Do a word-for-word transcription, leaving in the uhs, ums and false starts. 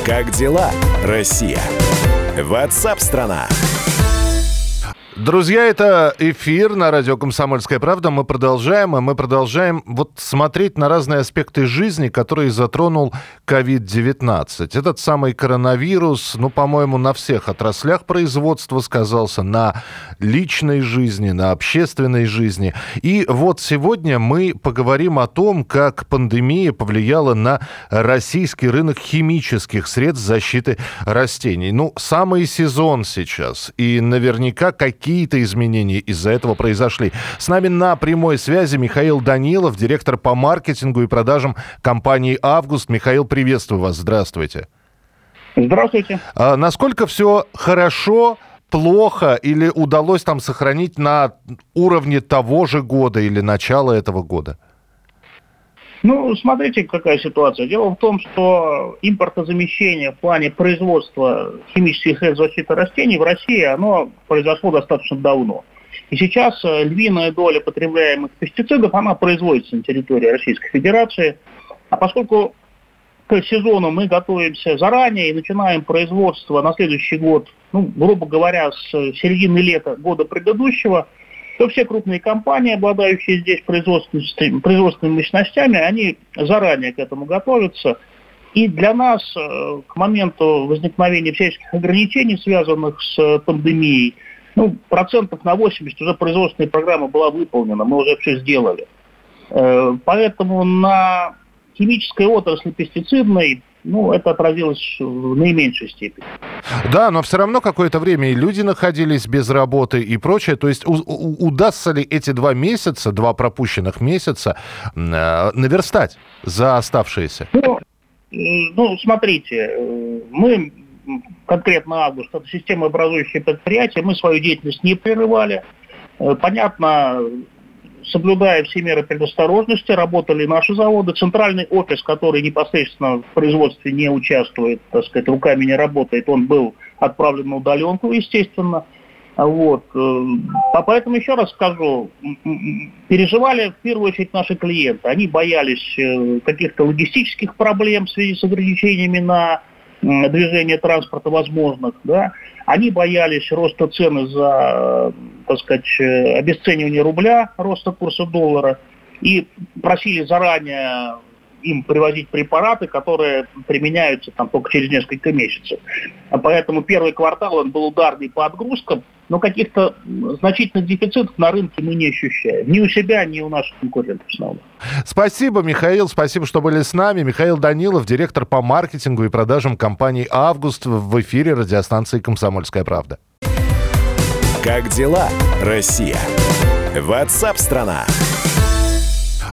Как дела, Россия? Ватсап-страна! Друзья, это эфир на радио «Комсомольская правда». Мы продолжаем, и мы продолжаем вот смотреть на разные аспекты жизни, которые затронул ковид девятнадцать. Этот самый коронавирус, ну, по-моему, на всех отраслях производства сказался, на личной жизни, на общественной жизни. И вот сегодня мы поговорим о том, как пандемия повлияла на российский рынок химических средств защиты растений. Ну, самый сезон сейчас, и наверняка какие Какие-то изменения из-за этого произошли. С нами на прямой связи Михаил Данилов, директор по маркетингу и продажам компании «Август». Михаил, приветствую вас. Здравствуйте. Здравствуйте. А насколько все хорошо, плохо или удалось там сохранить на уровне того же года или начала этого года? Ну, смотрите, какая ситуация. Дело в том, что импортозамещение в плане производства химических средств защиты растений в России, оно произошло достаточно давно. И сейчас львиная доля потребляемых пестицидов, она производится на территории Российской Федерации. А поскольку к сезону мы готовимся заранее и начинаем производство на следующий год, ну, грубо говоря, с середины лета года предыдущего, то все крупные компании, обладающие здесь производственными, производственными мощностями, они заранее к этому готовятся. И для нас к моменту возникновения всяческих ограничений, связанных с пандемией, ну, процентов на восемьдесят уже производственная программа была выполнена, мы уже все сделали. Поэтому на химической отрасли пестицидной, ну, это отразилось в наименьшей степени. Да, но все равно какое-то время и люди находились без работы и прочее. То есть у- у- удастся ли эти два месяца, два пропущенных месяца э, наверстать за оставшиеся? Ну, э, ну, смотрите, э, мы, конкретно «Август», это системообразующее предприятие, мы свою деятельность не прерывали. Э, понятно, соблюдая все меры предосторожности, работали наши заводы. Центральный офис, который непосредственно в производстве не участвует, так сказать, руками не работает, он был отправлен на удаленку, естественно. Вот. Поэтому еще раз скажу, переживали в первую очередь наши клиенты. Они боялись каких-то логистических проблем в связи с ограничениями на движение транспорта возможных, да. Они боялись роста цен из-за, так сказать, обесценивания рубля, роста курса доллара, и просили заранее им привозить препараты, которые применяются там только через несколько месяцев. А поэтому первый квартал он был ударный по отгрузкам, но каких-то значительных дефицитов на рынке мы не ощущаем. Ни у себя, ни у наших конкурентов снова. Спасибо, Михаил, спасибо, что были с нами. Михаил Данилов, директор по маркетингу и продажам компании «Август», в эфире радиостанции «Комсомольская правда». Как дела, Россия? Ватсап-страна!